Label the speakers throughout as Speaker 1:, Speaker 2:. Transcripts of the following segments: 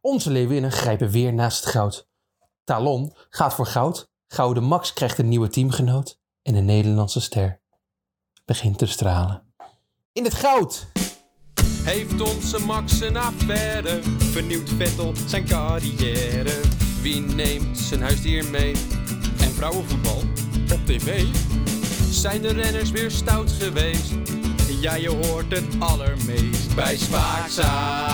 Speaker 1: Onze Leeuwinnen grijpen weer naast het goud. Talon gaat voor goud. Gouden Max krijgt een nieuwe teamgenoot. En de Nederlandse ster begint te stralen. In het goud!
Speaker 2: Heeft onze Max een affaire? Vernieuwt Vettel zijn carrière? Wie neemt zijn huisdier mee? En vrouwenvoetbal op tv? Zijn de renners weer stout geweest? Ja, je hoort het allermeest bij Spaakzaam.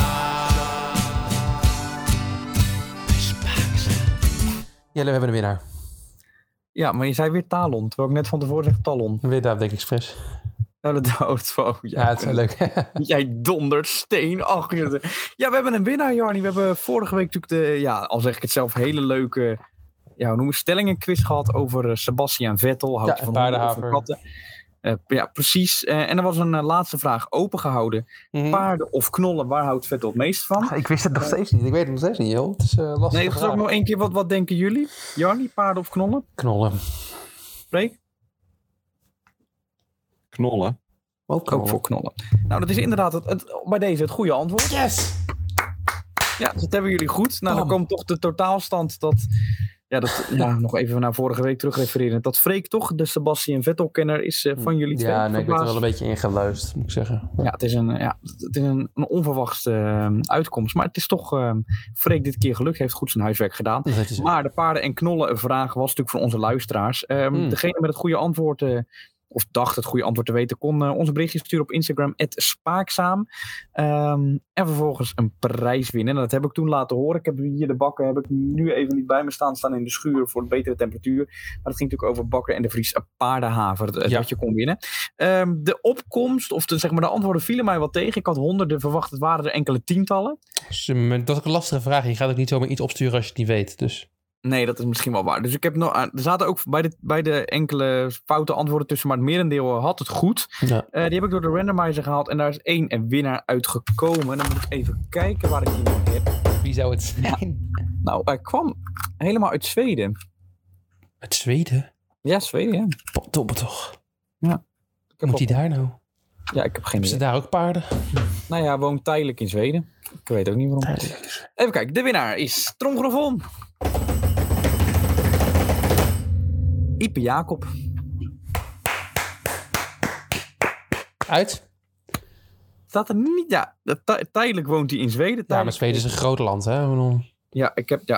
Speaker 1: Jelle, we hebben een winnaar.
Speaker 3: Ja, maar je zei weer Talon. Terwijl ik net van tevoren zeg Talon.
Speaker 1: Weer daar, denk ik, expres.
Speaker 3: Nou, de dood.
Speaker 1: Ja, het is wel leuk.
Speaker 3: Jij dondert steen achter. Ja, we hebben een winnaar, Jarnie. We hebben vorige week natuurlijk al zeg ik het zelf, hele leuke stellingenquiz gehad over Sebastian Vettel. Houdt
Speaker 1: Ja,
Speaker 3: van
Speaker 1: paardenhaver.
Speaker 3: katten. Ja, precies. En er was een laatste vraag opengehouden. Paarden of knollen, waar houdt Vettel het meest van?
Speaker 1: Ik wist het nog steeds niet. Ik weet het nog steeds niet, joh. Het is lastig.
Speaker 3: Nee, zeg nog één keer. Wat denken jullie? Jarnie, paarden of knollen?
Speaker 1: Knollen.
Speaker 3: Freek?
Speaker 4: Knollen.
Speaker 3: Ook voor knollen. Nou, dat is inderdaad bij deze het goede antwoord.
Speaker 1: Yes!
Speaker 3: Ja, dat hebben jullie goed. Nou, dan komt toch de totaalstand dat... nog even naar vorige week terugrefereren. Dat Freek toch de Sebastian Vettel-kenner is van jullie twee.
Speaker 1: Ja, nee, ik ben er wel een beetje ingeluisterd, moet ik zeggen.
Speaker 3: Ja, het is een onverwachte uitkomst. Maar het is toch Freek dit keer gelukt. Heeft goed zijn huiswerk gedaan. Maar de paarden en knollen vraag was natuurlijk van onze luisteraars. Degene met het goede antwoord... of dacht het goede antwoord te weten, kon onze berichtje sturen op Instagram @spaakzaam. En vervolgens een prijs winnen. En dat heb ik toen laten horen. Ik heb hier de bakken heb ik nu even niet bij me staan in de schuur voor de betere temperatuur. Maar dat ging natuurlijk over Bakker en de Vries paardenhaver, dat je kon winnen. De opkomst, of de antwoorden vielen mij wat tegen. Ik had honderden verwacht, het waren er enkele tientallen.
Speaker 1: Dus, dat is ook een lastige vraag. Je gaat ook niet zomaar iets opsturen als je het niet weet, dus...
Speaker 3: Nee, dat is misschien wel waar. Dus ik heb er zaten ook bij de enkele foute antwoorden tussen, maar het merendeel had het goed. Ja. Die heb ik door de randomizer gehaald en daar is 1 winnaar uitgekomen. Dan moet ik even kijken waar ik die nog heb.
Speaker 1: Wie zou het zijn?
Speaker 3: Ja. Nou, hij kwam helemaal uit Zweden.
Speaker 1: Uit Zweden?
Speaker 3: Ja, Zweden, ja.
Speaker 1: Potdomme toch.
Speaker 3: Ja.
Speaker 1: Moet hij daar nou?
Speaker 3: Ja, ik heb geen idee.
Speaker 1: Hebben ze daar ook paarden?
Speaker 3: Nou ja, hij woont tijdelijk in Zweden. Ik weet ook niet waarom. Even kijken, de winnaar is tromgeroffel. Ipe Jacob.
Speaker 1: Uit?
Speaker 3: Staat er niet. Ja, tijdelijk woont hij in Zweden.
Speaker 1: Ja, maar Zweden is een groot land, hè?
Speaker 3: Ja, ik heb.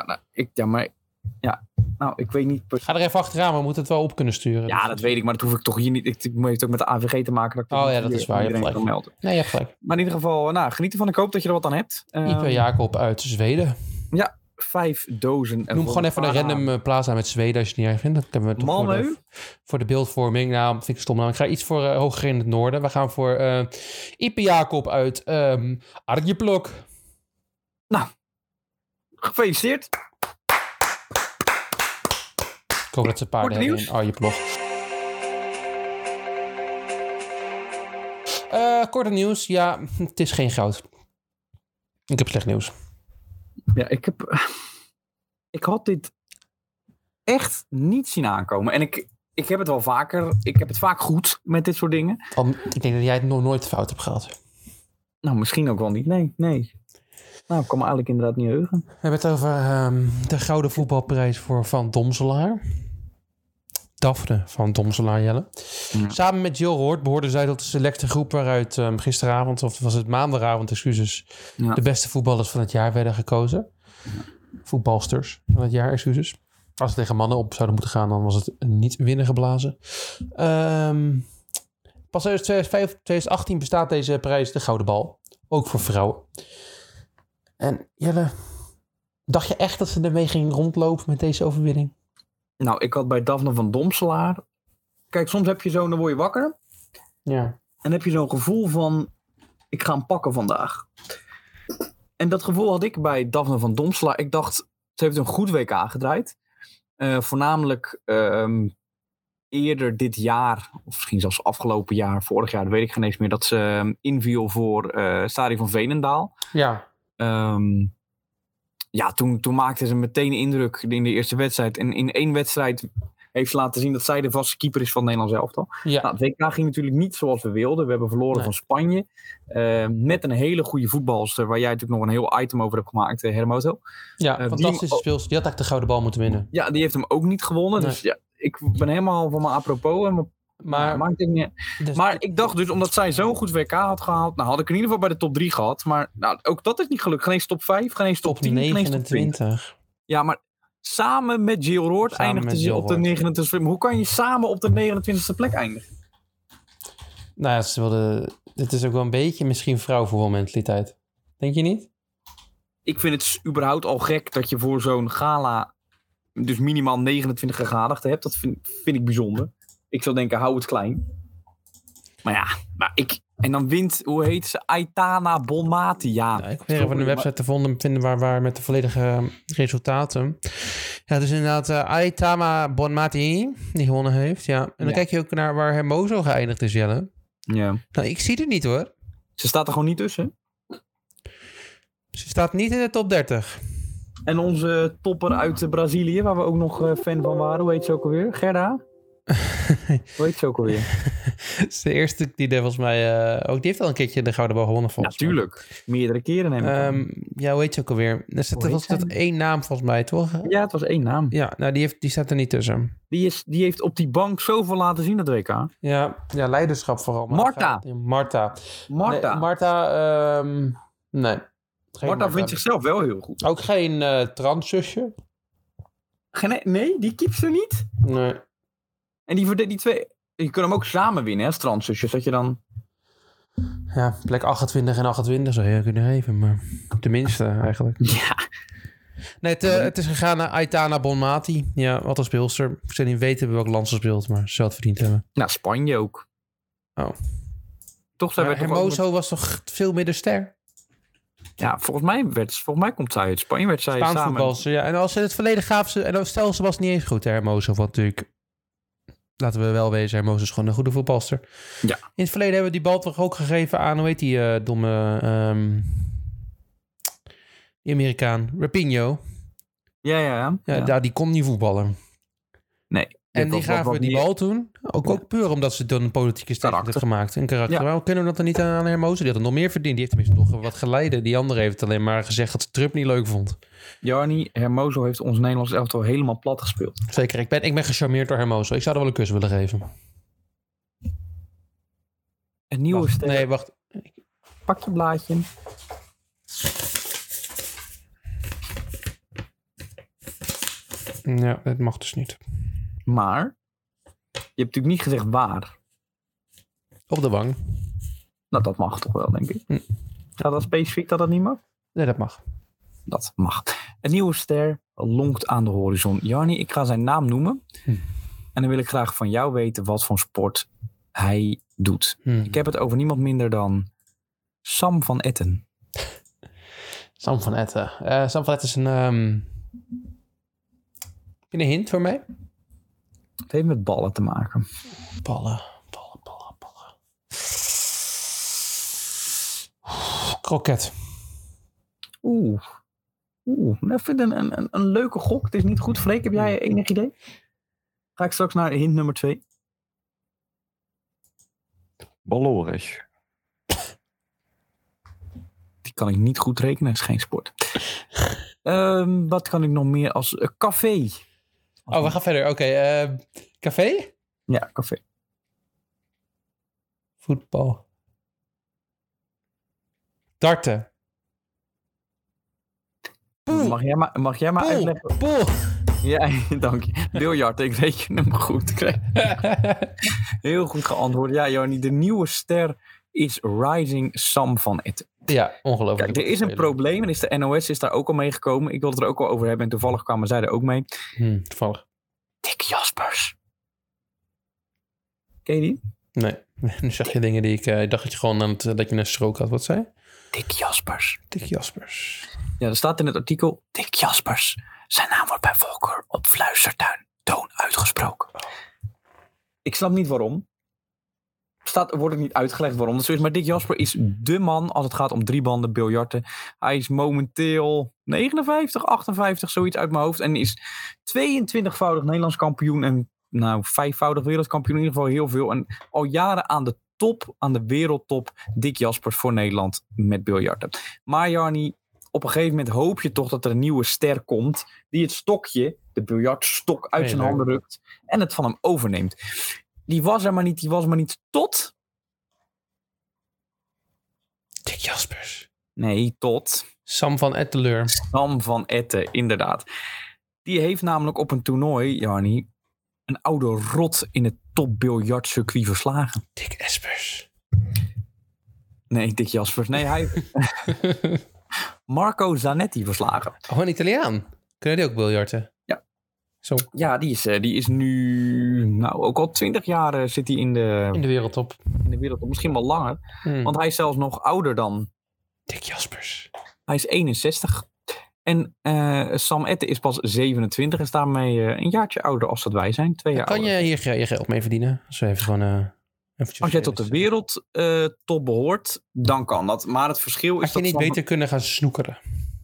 Speaker 3: Ik weet niet.
Speaker 1: Ga er even achteraan, we moeten het wel op kunnen sturen.
Speaker 3: Ja, dat weet ik, maar dat hoef ik toch hier niet. Het heeft ook met de AVG te maken.
Speaker 1: Dat is waar. Je hebt gelijk. Nee, je hebt gelijk.
Speaker 3: Maar in ieder geval, geniet ervan. Ik hoop dat je er wat aan hebt.
Speaker 1: Ipe Jacob uit Zweden.
Speaker 3: Ja. 5 dozen.
Speaker 1: Noem gewoon even een random plaza met Zweden als je het niet erg vindt. Dat hebben we toch
Speaker 3: Malmö?
Speaker 1: Voor de beeldvorming. Nou, vind ik stom. Nou, ik ga iets voor hoger in het noorden. We gaan voor Ipe Jacob uit Arjeplog.
Speaker 3: Nou, gefeliciteerd.
Speaker 1: Ik hoop dat ze paarden hebben in Arjeplog. Korte nieuws. Ja, het is geen goud. Ik heb slecht nieuws.
Speaker 3: Ja, ik had dit echt niet zien aankomen. En ik heb het wel vaker. Ik heb het vaak goed met dit soort dingen.
Speaker 1: Ik denk dat jij het nog nooit fout hebt gehad.
Speaker 3: Nou, misschien ook wel niet. Nee. Nou, ik kan me eigenlijk inderdaad niet heugen.
Speaker 1: We hebben het over de Gouden Voetbalprijs voor Van Domselaar. Daphne van Domselaar, Jelle. Ja. Samen met Jill Roord behoorde zij tot de selecte groep waaruit gisteravond, of was het maandagavond, de beste voetballers van het jaar werden gekozen. Ja. Voetbalsters van het jaar, excuses. Als het tegen mannen op zouden moeten gaan, dan was het niet winnen geblazen. Pas uit 2018 bestaat deze prijs, de Gouden Bal. Ook voor vrouwen. En Jelle, dacht je echt dat ze ermee ging rondlopen met deze overwinning?
Speaker 3: Nou, ik had bij Daphne van Domselaar... Kijk, soms heb je zo, dan word je wakker.
Speaker 1: Ja.
Speaker 3: En heb je zo'n gevoel van... Ik ga hem pakken vandaag. En dat gevoel had ik bij Daphne van Domselaar. Ik dacht, ze heeft een goed WK gedraaid. Voornamelijk eerder dit jaar, of misschien zelfs afgelopen jaar, vorig jaar, dat weet ik geen eens meer, dat ze inviel voor Stadion van Veenendaal.
Speaker 1: Ja.
Speaker 3: Toen maakte ze meteen indruk in de eerste wedstrijd. En in 1 wedstrijd heeft laten zien dat zij de vaste keeper is van het Nederlands elftal.
Speaker 1: Ja.
Speaker 3: Nou, het WK ging natuurlijk niet zoals we wilden. We hebben verloren van Spanje. Met een hele goede voetbalster, waar jij natuurlijk nog een heel item over hebt gemaakt, Hermoso.
Speaker 1: Ja, fantastische speelster. Die had eigenlijk de gouden bal moeten winnen.
Speaker 3: Ja, die heeft hem ook niet gewonnen. Nee. Dus ja, ik ben helemaal van mijn apropos. Maar ik dacht dus, omdat zij zo'n goed WK had gehaald, nou had ik in ieder geval bij de top 3 gehad. Maar nou, ook dat is niet gelukt. Geen eens top 5, geen eens top 10,
Speaker 1: 29.
Speaker 3: Geen eens top 20. Ja, maar samen met Jill Roord eindigde ze op de 29e. Hoe kan je samen op de 29e plek eindigen?
Speaker 1: Nou ja, dit is ook wel een beetje misschien vrouwenvoetbalmentaliteit. Denk je niet?
Speaker 3: Ik vind het überhaupt al gek dat je voor zo'n gala dus minimaal 29 gegadigden hebt. Dat vind ik bijzonder. Ik zou denken, hou het klein. Maar ja, en dan wint, hoe heet ze? Aitana Bonmati. Ja,
Speaker 1: ik probeer even een website te vinden waar met de volledige resultaten. Ja, dus inderdaad Aitana Bonmati die gewonnen heeft. Ja. En dan kijk je ook naar waar Hermoso geëindigd is, Jelle.
Speaker 3: Ja.
Speaker 1: Nou, ik zie het niet hoor.
Speaker 3: Ze staat er gewoon niet tussen.
Speaker 1: Ze staat niet in de top 30.
Speaker 3: En onze topper uit Brazilië, waar we ook nog fan van waren. Hoe heet ze ook alweer? Gerda? Hoe heet ze ook alweer?
Speaker 1: Dat is de eerste die volgens mij ook. Die heeft al een keertje de gouden bal gewonnen volgens mij.
Speaker 3: Tuurlijk. Meerdere keren neem ik
Speaker 1: ja, hoe heet ze ook alweer? Was dat één naam volgens mij, toch?
Speaker 3: Ja, het was één naam.
Speaker 1: Ja, nou die staat er niet tussen.
Speaker 3: Die heeft op die bank zoveel laten zien, dat WK.
Speaker 1: Ja, leiderschap vooral.
Speaker 3: Marta.
Speaker 1: Nee.
Speaker 3: Marta vindt zichzelf wel heel goed.
Speaker 1: Ook geen transzusje?
Speaker 3: Nee, die keept er niet?
Speaker 1: Nee.
Speaker 3: En die twee... Je kunt hem ook samen winnen, hè, transzusjes. Dat je dan...
Speaker 1: Ja, plek 28 en 28 zou je kunnen geven. Maar tenminste, eigenlijk.
Speaker 3: Ja.
Speaker 1: Nee, het is gegaan naar Aitana Bonmati. Ja, wat een speelster. Ik zou niet weten welk land ze speelt, maar ze zou het verdiend hebben.
Speaker 3: Nou, Spanje ook.
Speaker 1: Oh.
Speaker 3: Toch,
Speaker 1: Hermoso was toch veel meer de ster?
Speaker 3: Ja, volgens mij komt zij uit Spanje. Werd zij
Speaker 1: Spaans
Speaker 3: samen...
Speaker 1: voetbalster, ja. En als ze het verleden gaf ze... En stel, ze was niet eens goed, Hermoso. Want natuurlijk... Laten we wel wezen, Hermoso is gewoon een goede voetbalster.
Speaker 3: Ja.
Speaker 1: In het verleden hebben we die bal toch ook gegeven aan... Hoe heet die domme... die Amerikaan. Rapinho. Ja, die kon niet voetballen.
Speaker 3: Nee.
Speaker 1: En die gaven die bal toen. Ook puur omdat ze dan een politieke statement heeft gemaakt. Een karakter. Ja. Waarom kunnen we dat dan niet aan Hermoso? Die had het nog meer verdiend. Die heeft tenminste nog wat geleiden. Die andere heeft alleen maar gezegd dat ze Trump niet leuk vond.
Speaker 3: Jarni, Hermoso heeft ons Nederlands elftal helemaal plat gespeeld.
Speaker 1: Zeker. Ik ben gecharmeerd door Hermoso. Ik zou er wel een kus willen geven.
Speaker 3: Een nieuwe ster.
Speaker 1: Nee, wacht.
Speaker 3: Pak je blaadje.
Speaker 1: Ja, dat mag dus niet.
Speaker 3: Maar, je hebt natuurlijk niet gezegd waar.
Speaker 1: Op de wang.
Speaker 3: Nou, dat mag toch wel, denk ik. Ja, dat specifiek dat niet mag?
Speaker 1: Nee, dat mag.
Speaker 3: Dat mag. Een nieuwe ster lonkt aan de horizon. Jarni, ik ga zijn naam noemen. En dan wil ik graag van jou weten wat voor sport hij doet. Ik heb het over niemand minder dan Sam van Etten.
Speaker 1: Sam van Etten. Sam van Etten is een... Heb je een hint voor mij?
Speaker 3: Het heeft met ballen te maken.
Speaker 1: Ballen. Kroket.
Speaker 3: Oeh. Ik vind een leuke gok. Het is niet goed. Freek, heb jij enig idee? Ga ik straks naar hint nummer 2.
Speaker 4: Ballorig.
Speaker 3: Die kan ik niet goed rekenen. Het is geen sport. Wat kan ik nog meer als café?
Speaker 1: We gaan verder. Oké. Café?
Speaker 3: Ja, café.
Speaker 1: Voetbal. Darten.
Speaker 3: Mag jij maar uitleggen?
Speaker 1: Pool.
Speaker 3: Ja, dank je. Biljart, ik reken hem goed. Heel goed geantwoord. Ja, Jarni, de nieuwe ster is Rising Sam van Etten.
Speaker 1: Ja, ongelooflijk.
Speaker 3: Kijk, er is een probleem en de NOS is daar ook al mee gekomen. Ik wilde het er ook al over hebben en toevallig kwamen zij er ook mee.
Speaker 1: Toevallig.
Speaker 3: Dick Jaspers. Ken je die?
Speaker 1: Nee, nu zeg je dingen die ik dacht dat je gewoon dat je een strook had. Wat zei je?
Speaker 3: Dick Jaspers.
Speaker 1: Dick Jaspers.
Speaker 3: Ja, er staat in het artikel Dick Jaspers. Zijn naam wordt bij Volker op fluistertoon uitgesproken. Ik snap niet waarom. Wordt het niet uitgelegd waarom dat zo is. Maar Dick Jasper is dé man als het gaat om driebanden biljarten. Hij is momenteel 59, 58, zoiets uit mijn hoofd. En is 22-voudig Nederlands kampioen. En vijfvoudig wereldkampioen. In ieder geval heel veel. En al jaren aan de wereldtop. Dick Jaspers voor Nederland met biljarten. Maar Jarni, op een gegeven moment hoop je toch dat er een nieuwe ster komt. Die het stokje, de biljartstok, uit zijn handen rukt. En het van hem overneemt. Die was er maar niet tot...
Speaker 1: Dick Jaspers.
Speaker 3: Nee, tot...
Speaker 1: Sam van Etteleur.
Speaker 3: Sam van Etten, inderdaad. Die heeft namelijk op een toernooi, Jarni, een oude rot in het topbiljartcircuit verslagen.
Speaker 1: Dick Jaspers.
Speaker 3: Nee, Dick Jaspers. Nee, hij Marco Zanetti verslagen.
Speaker 1: Oh, een Italiaan. Kunnen die ook biljarten?
Speaker 3: Ja.
Speaker 1: Zo.
Speaker 3: Ja, die is nu... ook al 20 jaar zit hij in de
Speaker 1: wereldtop.
Speaker 3: In de wereldtop. Misschien wel langer. Want hij is zelfs nog ouder dan...
Speaker 1: Dick Jaspers.
Speaker 3: Hij is 61. En Sam Etten is pas 27. En is daarmee een jaartje ouder als dat wij zijn. 2 jaar
Speaker 1: kan
Speaker 3: ouder.
Speaker 1: je hier je geld mee verdienen? Als we even gewoon...
Speaker 3: Als jij tot de wereldtop behoort, dan kan dat. Maar het verschil is...
Speaker 1: Had je niet beter kunnen gaan snoekeren?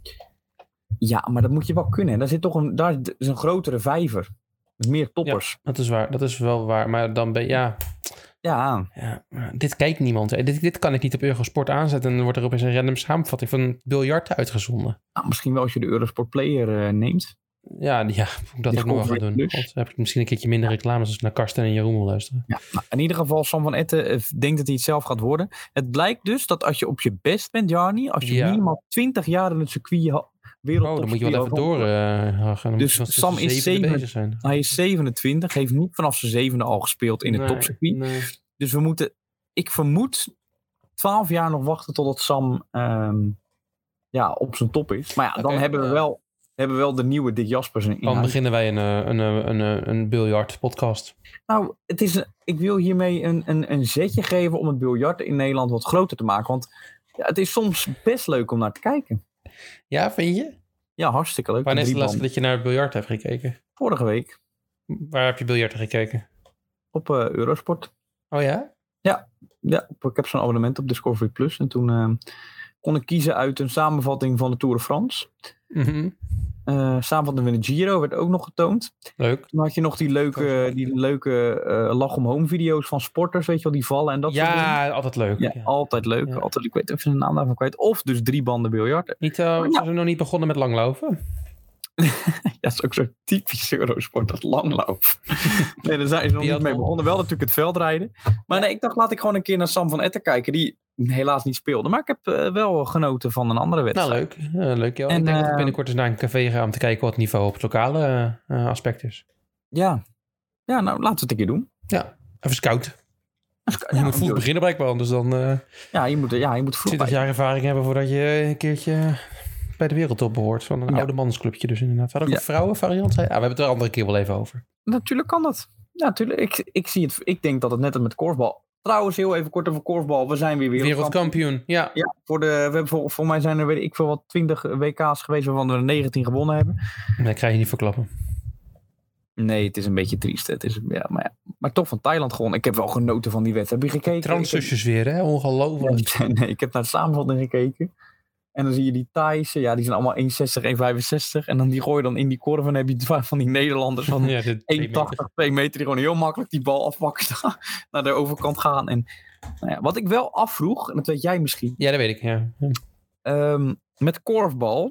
Speaker 3: Ja, maar dat moet je wel kunnen. Daar is een grotere vijver. Meer toppers.
Speaker 1: Ja, dat is waar. Dat is wel waar. Maar dan ben je... Ja, dit kijkt niemand. Dit kan ik niet op Eurosport aanzetten. En dan wordt er opeens een random samenvatting van biljarten uitgezonden.
Speaker 3: Misschien wel als je de Eurosport Player neemt.
Speaker 1: Ja, moet ik dat ook nog wel gaan doen. Dan heb ik misschien een keertje minder reclames als ik naar Karsten en Jeroen wil luisteren. Ja,
Speaker 3: in ieder geval, Sam van Etten denkt dat hij het zelf gaat worden. Het blijkt dus dat als je op je best bent, Jarni, als je minimaal 20 jaar in het circuit wereldtop...
Speaker 1: dan moet je wel even door gaan.
Speaker 3: Dus Sam is 27, heeft niet vanaf zijn 7e al gespeeld in het topcircuit. Nee. Dus ik vermoed 12 jaar nog wachten totdat Sam op zijn top is. Maar dan hebben we wel de nieuwe Dick Jaspers in
Speaker 1: Dan beginnen wij een biljart podcast.
Speaker 3: Nou, ik wil hiermee een zetje geven om het biljarten in Nederland wat groter te maken. Want het is soms best leuk om naar te kijken.
Speaker 1: Ja, vind je?
Speaker 3: Ja, hartstikke leuk.
Speaker 1: Wanneer is het laatste dat je naar het biljart hebt gekeken?
Speaker 3: Vorige week.
Speaker 1: Waar heb je biljarten gekeken?
Speaker 3: Op Eurosport.
Speaker 1: Oh ja?
Speaker 3: Ja, ik heb zo'n abonnement op Discovery Plus. En toen kon ik kiezen uit een samenvatting van de Tour de France.
Speaker 1: Mm-hmm.
Speaker 3: Samenvatting van de Giro werd ook nog getoond.
Speaker 1: Leuk.
Speaker 3: Toen had je nog die leuke lach om home video's van sporters, weet je wel, die vallen en dat soort dingen.
Speaker 1: Ja, altijd leuk.
Speaker 3: Ja, altijd leuk. Ja. Altijd, ik weet even de naam daarvan kwijt. Of dus 3 banden biljarten.
Speaker 1: Zijn ze nog niet begonnen met langlopen?
Speaker 3: Ja, dat is ook zo typisch Eurosport, dat langloop. Nee, daar zijn ze nog niet mee begonnen. Wel natuurlijk het veldrijden. Maar nee, ik dacht, laat ik gewoon een keer naar Sam van Etten kijken, die helaas niet speelde. Maar ik heb wel genoten van een andere wedstrijd.
Speaker 1: Nou, leuk. Leuk, ja. En, ik denk dat ik binnenkort eens naar een café ga om te kijken wat het niveau op het lokale aspect is. Ja,
Speaker 3: nou, laten we het een keer doen.
Speaker 1: Ja, even scouten. Je moet vroeg beginnen blijkbaar, anders dan...
Speaker 3: je moet vroeg
Speaker 1: 20 jaar ervaring hebben voordat je een keertje... bij de wereldtop behoort. Van een oude mansclubje dus inderdaad. Had ook een vrouwenvariant? Ja, we hebben het er een andere keer wel even over.
Speaker 3: Natuurlijk kan dat. Ja, natuurlijk. Ik denk dat het net als met korfbal. Trouwens, heel even kort over korfbal. We zijn weer
Speaker 1: wereldkampioen. Ja.
Speaker 3: We hebben voor mij zijn er, weet ik veel wat, 20 WK's geweest waarvan we er 19 gewonnen hebben.
Speaker 1: Nee, krijg je niet verklappen.
Speaker 3: Nee, het is een beetje triest. Het is, maar toch van Thailand gewonnen. Ik heb wel genoten van die wedstrijd. Heb je gekeken?
Speaker 1: Transzusjes weer, hè? Ongelooflijk.
Speaker 3: Nee, ik heb naar de samenvatting gekeken. En dan zie je die Thais, die zijn allemaal 1,60, 1,65. En dan die gooi je dan in die korf en dan heb je van die Nederlanders van 1,80, 2 meter die gewoon heel makkelijk die bal afpakken naar de overkant gaan. En wat ik wel afvroeg, en dat weet jij misschien.
Speaker 1: Ja, dat weet ik, ja.
Speaker 3: Met korfbal,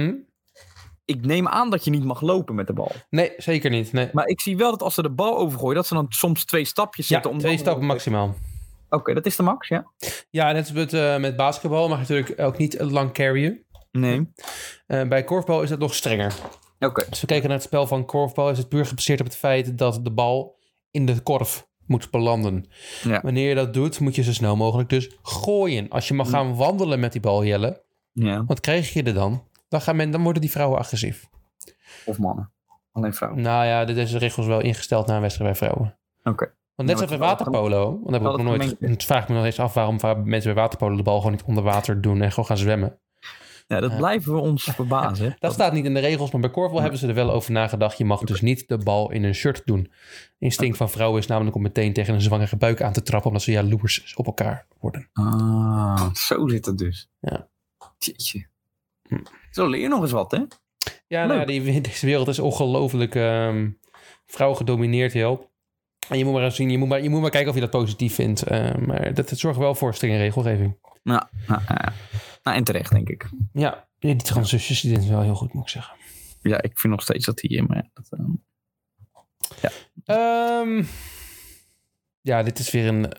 Speaker 3: ik neem aan dat je niet mag lopen met de bal.
Speaker 1: Nee, zeker niet. Nee.
Speaker 3: Maar ik zie wel dat als ze de bal overgooien, dat ze dan soms 2 stapjes zetten.
Speaker 1: Ja, 2 stappen maximaal.
Speaker 3: Oké, dat is de max, ja?
Speaker 1: Ja, net als met basketbal mag je natuurlijk ook niet lang carryen.
Speaker 3: Nee.
Speaker 1: Bij korfbal is dat nog strenger.
Speaker 3: Oké.
Speaker 1: Als we kijken naar het spel van korfbal, is het puur gebaseerd op het feit dat de bal in de korf moet belanden. Ja. Wanneer je dat doet, moet je zo snel mogelijk dus gooien. Als je mag gaan wandelen met die bal, Jelle, wat krijg je er dan? Dan worden die vrouwen agressief.
Speaker 3: Of mannen. Alleen vrouwen.
Speaker 1: Nou ja, dit is de regels wel ingesteld na een wedstrijd bij vrouwen.
Speaker 3: Oké.
Speaker 1: Want net zoals bij waterpolo, want heb ik nog nooit. Het vraag ik me nog eens af waarom mensen bij waterpolo de bal gewoon niet onder water doen en gewoon gaan zwemmen.
Speaker 3: Ja, dat blijven we ons verbazen.
Speaker 1: Dat staat niet in de regels, maar bij korfbal hebben ze er wel over nagedacht. Je mag dus niet de bal in een shirt doen. Instinct van vrouwen is namelijk om meteen tegen een zwangere buik aan te trappen, omdat ze jaloers op elkaar worden.
Speaker 3: Ah, zo zit het dus.
Speaker 1: Ja.
Speaker 3: Tjeetje. Zo leer je nog eens wat, hè?
Speaker 1: Ja, deze wereld is ongelooflijk Vrouwen gedomineerd heel. En je moet maar eens zien, je moet maar kijken of je dat positief vindt. Maar dat zorgt wel voor strenge regelgeving.
Speaker 3: Nou, en terecht, denk ik.
Speaker 1: Ja, die transzusjes, die doen het wel heel goed, moet ik zeggen.
Speaker 3: Ja, ik vind nog steeds dat die...
Speaker 1: Ja, dit is weer een...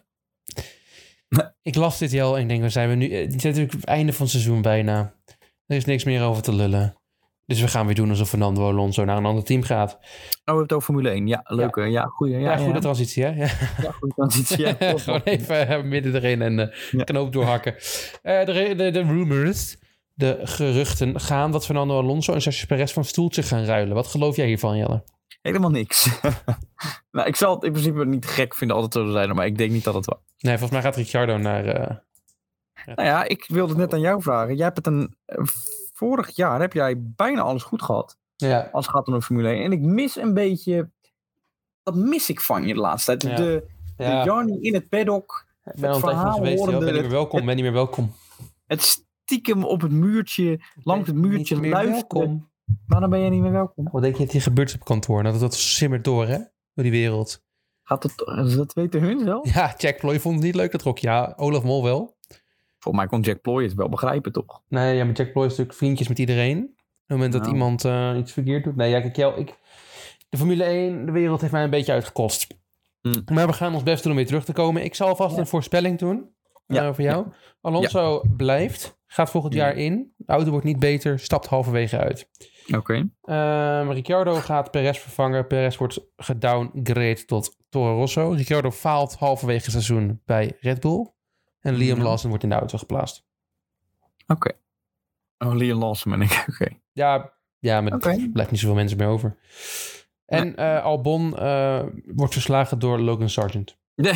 Speaker 1: Ik las dit al en ik denk, we zijn nu... Het is natuurlijk het einde van het seizoen bijna. Er is niks meer over te lullen. Dus we gaan weer doen alsof Fernando Alonso naar een ander team gaat.
Speaker 3: Oh, we hebben het over Formule 1. Ja, leuke. Ja, goeie. Ja,
Speaker 1: goede transitie, hè? Ja,
Speaker 3: goede transitie. Ja.
Speaker 1: Gewoon even midden erin en knoop doorhakken. De rumors, de geruchten gaan dat Fernando Alonso en Sergio Perez van stoeltje gaan ruilen. Wat geloof jij hiervan, Jelle?
Speaker 3: Helemaal niks. Nou, ik zal het in principe niet gek vinden altijd zo zijn, maar ik denk niet dat het wel.
Speaker 1: Nee, volgens mij gaat Ricciardo naar...
Speaker 3: Nou ja, ik wilde het net aan jou vragen. Jij hebt het vorig jaar heb jij bijna alles goed gehad.
Speaker 1: Ja.
Speaker 3: Als het gaat om de Formule 1. En ik mis een beetje... Dat mis ik van je de laatste tijd.
Speaker 1: Ja.
Speaker 3: De Jarny in het paddock.
Speaker 1: Ik ben al een tijdje geweest. Ik ben niet meer welkom.
Speaker 3: Het stiekem op het muurtje, langs het muurtje luisteren. Waarom ben jij niet meer welkom?
Speaker 1: Wat denk je dat hier gebeurt op kantoor? Dat simmert door, hè? Door die wereld.
Speaker 3: Gaat het, dat weten hun zelf?
Speaker 1: Ja, Jack Ploy vond het niet leuk, dat rokje. Ja, Olaf Mol wel.
Speaker 3: Volgens mij kon Jack Ploy het wel begrijpen, toch?
Speaker 1: Nee, ja, maar Jack Ploy is natuurlijk vriendjes met iedereen. Op het moment dat iemand iets verkeerd doet. Nee, ja, kijk, de Formule 1, de wereld heeft mij een beetje uitgekost. Maar we gaan ons best doen om weer terug te komen. Ik zal alvast een voorspelling doen voor jou. Ja. Alonso blijft, gaat volgend jaar in. De auto wordt niet beter, stapt halverwege uit.
Speaker 3: Oké.
Speaker 1: Ricciardo gaat Perez vervangen. Perez wordt gedowngrade tot Toro Rosso. Ricciardo faalt halverwege het seizoen bij Red Bull. En Liam Lawson wordt in de auto geplaatst.
Speaker 3: Oké. Oh, Liam Lawson ben ik. Oké.
Speaker 1: Ja, maar er blijft niet zoveel mensen meer over. En Albon wordt verslagen door Logan Sargent.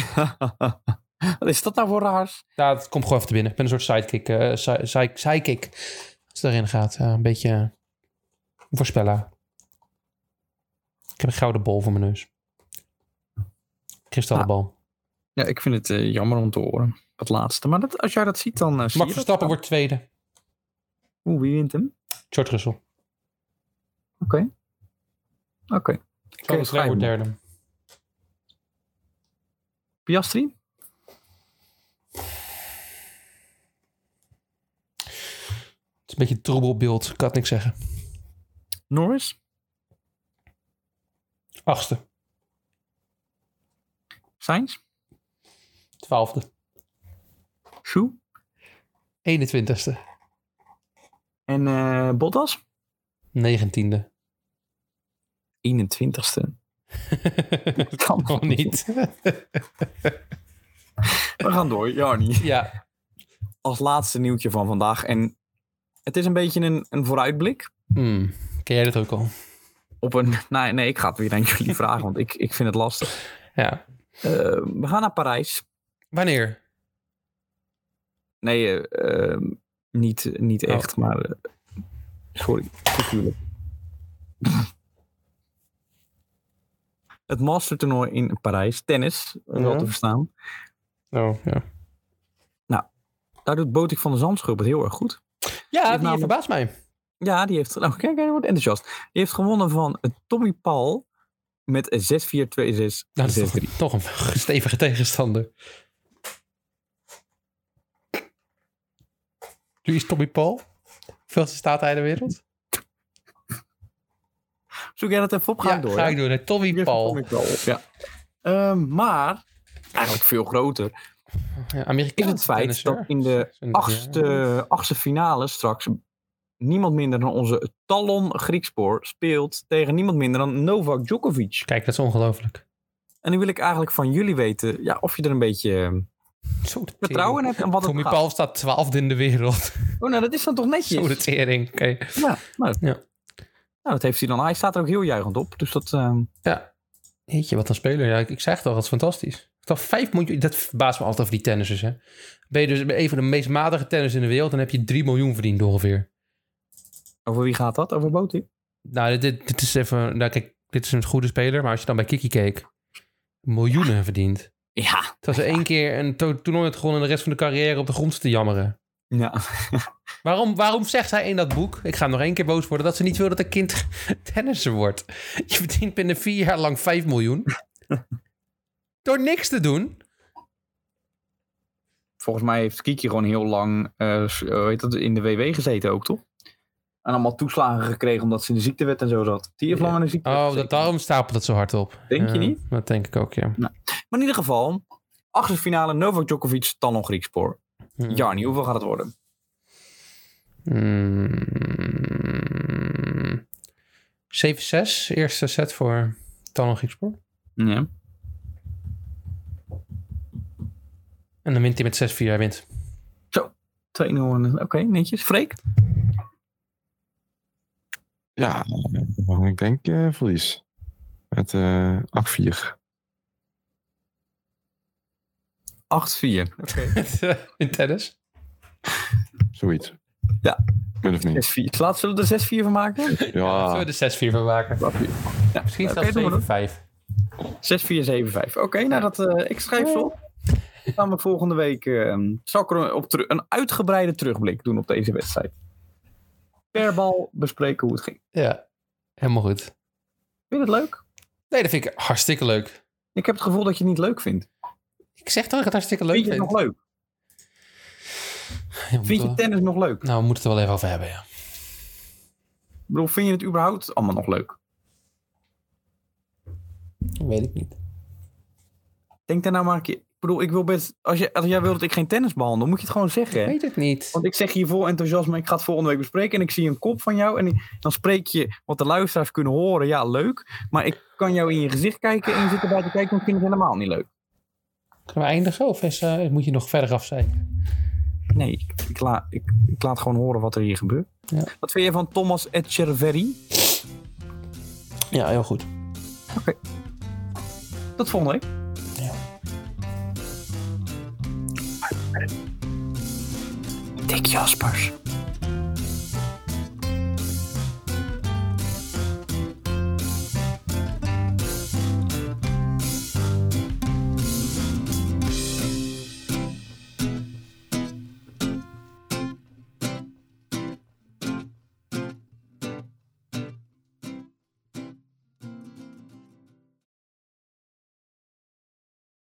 Speaker 3: Wat is dat nou voor raars?
Speaker 1: Ja, het komt gewoon even te binnen. Ik ben een soort sidekick. Als het erin gaat. Een beetje voorspellen. Ik heb een gouden bol voor mijn neus. Kristallenbal.
Speaker 3: Ja, ik vind het jammer om te horen. Het laatste. Maar als jij dat ziet, dan
Speaker 1: Max Verstappen wordt tweede.
Speaker 3: Wie wint hem?
Speaker 1: George Russell.
Speaker 3: Oké.
Speaker 1: Charles Leclerc wordt derde.
Speaker 3: Piastri?
Speaker 1: Het is een beetje een troebel beeld. Ik kan het niks zeggen.
Speaker 3: Norris?
Speaker 1: 8e.
Speaker 3: Sainz?
Speaker 1: 12e.
Speaker 3: Schuh?
Speaker 1: 21e.
Speaker 3: En Bottas?
Speaker 1: 19e.
Speaker 3: 21ste.
Speaker 1: Kan nog niet.
Speaker 3: We gaan door, Jarny.
Speaker 1: Ja.
Speaker 3: Als laatste nieuwtje van vandaag. En het is een beetje een vooruitblik.
Speaker 1: Ken jij dat ook al?
Speaker 3: Nee, ik ga het weer aan jullie vragen, want ik vind het lastig.
Speaker 1: Ja.
Speaker 3: We gaan naar Parijs.
Speaker 1: Wanneer?
Speaker 3: Nee, niet echt, maar... sorry, natuurlijk. Het mastertoernooi in Parijs, tennis, wel te verstaan.
Speaker 1: Oh, ja.
Speaker 3: Nou, daar doet Botik van der Zandschulp het heel erg goed.
Speaker 1: Ja, die verbaast mij.
Speaker 3: Ja, die heeft... Nou, kijk, hij wordt enthousiast. Die heeft gewonnen van Tommy Paul met 6-4, 2-6, 6-3.
Speaker 1: Dat is toch een stevige tegenstander. Wie is Tommy Paul? Hoeveelste staat hij in de wereld?
Speaker 3: Zoek jij dat even op? Ga
Speaker 1: ik doen. Tommy Paul.
Speaker 3: Ja. Maar eigenlijk veel groter.
Speaker 1: Ja,
Speaker 3: is het feit dat in de achtste finale straks niemand minder dan onze Talon Griekspoor speelt tegen niemand minder dan Novak Djokovic.
Speaker 1: Kijk, dat is ongelooflijk.
Speaker 3: En nu wil ik eigenlijk van jullie weten of je er een beetje vertrouwen in hebt. En wat
Speaker 1: Tommy Paul staat 12e in de wereld.
Speaker 3: Oh, nou dat is dan toch netjes.
Speaker 1: Zo de tering. Okay.
Speaker 3: Ja, nou, dat heeft hij dan. Hij staat er ook heel juichend op. Dus dat...
Speaker 1: Ja. Jeetje, wat een speler. Ja, ik zeg toch, dat is fantastisch. Ik dacht 5 miljoen... Dat verbaast me altijd over die tennissers, hè. Ben je dus een van de meest matige tennissers in de wereld... dan heb je 3 miljoen verdiend ongeveer.
Speaker 3: Over wie gaat dat? Over Botik?
Speaker 1: Nou, dit is even... Nou, kijk, dit is een goede speler... maar als je dan bij Kiki keek... miljoenen verdient.
Speaker 3: Ja.
Speaker 1: Het was 1 keer een toernooi had gewonnen... en de rest van de carrière op de grond te jammeren.
Speaker 3: Ja.
Speaker 1: Waarom zegt hij in dat boek... Ik ga nog 1 keer boos worden... dat ze niet wil dat een kind tennisser wordt. Je verdient binnen 4 jaar lang 5 miljoen. Door niks te doen.
Speaker 3: Volgens mij heeft Kiki gewoon heel lang in de WW gezeten ook, toch? En allemaal toeslagen gekregen omdat ze in de ziektewet en zo zat. Die heeft lang in de ziektewet gezeten.
Speaker 1: Daarom stapelt het zo hard op.
Speaker 3: Denk je niet?
Speaker 1: Dat denk ik ook, ja.
Speaker 3: Nou, maar in ieder geval... achtste finale Novak Djokovic, Talon Griekspoor. Jarni, hoeveel gaat het worden?
Speaker 1: 7-6. Eerste set voor Talon Griekspoor.
Speaker 3: Ja.
Speaker 1: En dan wint hij met 6-4. Hij wint.
Speaker 3: Zo, 2-0. Oké, netjes. Freek?
Speaker 4: Ja, ik denk verlies. Met 8-4.
Speaker 3: 8-4. Oké.
Speaker 1: In tennis?
Speaker 4: Zoiets.
Speaker 3: Ja.
Speaker 4: Min of niet.
Speaker 3: Zullen we er 6-4 van maken?
Speaker 4: Ja.
Speaker 1: Zullen we er 6-4 van maken?
Speaker 3: Ja.
Speaker 1: Misschien zelfs 7-5.
Speaker 3: 6-4, 7-5. Oké, nou ik schrijf zo op. Dan gaan we volgende week zal ik er een uitgebreide terugblik doen op deze wedstrijd. Per bal bespreken hoe het ging.
Speaker 1: Ja, helemaal goed.
Speaker 3: Vind je het leuk?
Speaker 1: Nee, dat vind ik hartstikke leuk.
Speaker 3: Ik heb het gevoel dat je het niet leuk vindt.
Speaker 1: Ik zeg toch dat ik het hartstikke leuk
Speaker 3: vind. Vind je het nog leuk? Vind je tennis nog leuk?
Speaker 1: Nou, we moeten het er wel even over hebben, ja.
Speaker 3: Ik bedoel, vind je het überhaupt allemaal nog leuk?
Speaker 1: Weet ik niet.
Speaker 3: Denk daar nou maar een keer... Ik bedoel, ik wil best... Als jij wil dat ik geen tennis behandel, moet je het gewoon zeggen.
Speaker 1: Ik weet het niet.
Speaker 3: Want ik zeg hier vol enthousiasme, ik ga het volgende week bespreken en ik zie een kop van jou en dan spreek je wat de luisteraars kunnen horen. Ja, leuk. Maar ik kan jou in je gezicht kijken en je zit erbij te kijken en ik vind het helemaal niet leuk.
Speaker 1: Kunnen we eindigen of moet je nog verder afzeiken?
Speaker 3: Nee, ik laat gewoon horen wat er hier gebeurt.
Speaker 1: Ja.
Speaker 3: Wat vind je van Thomas Etcheverry?
Speaker 1: Ja, heel goed.
Speaker 3: Oké. Tot volgende week.
Speaker 1: Ja.
Speaker 3: Dick Jaspers.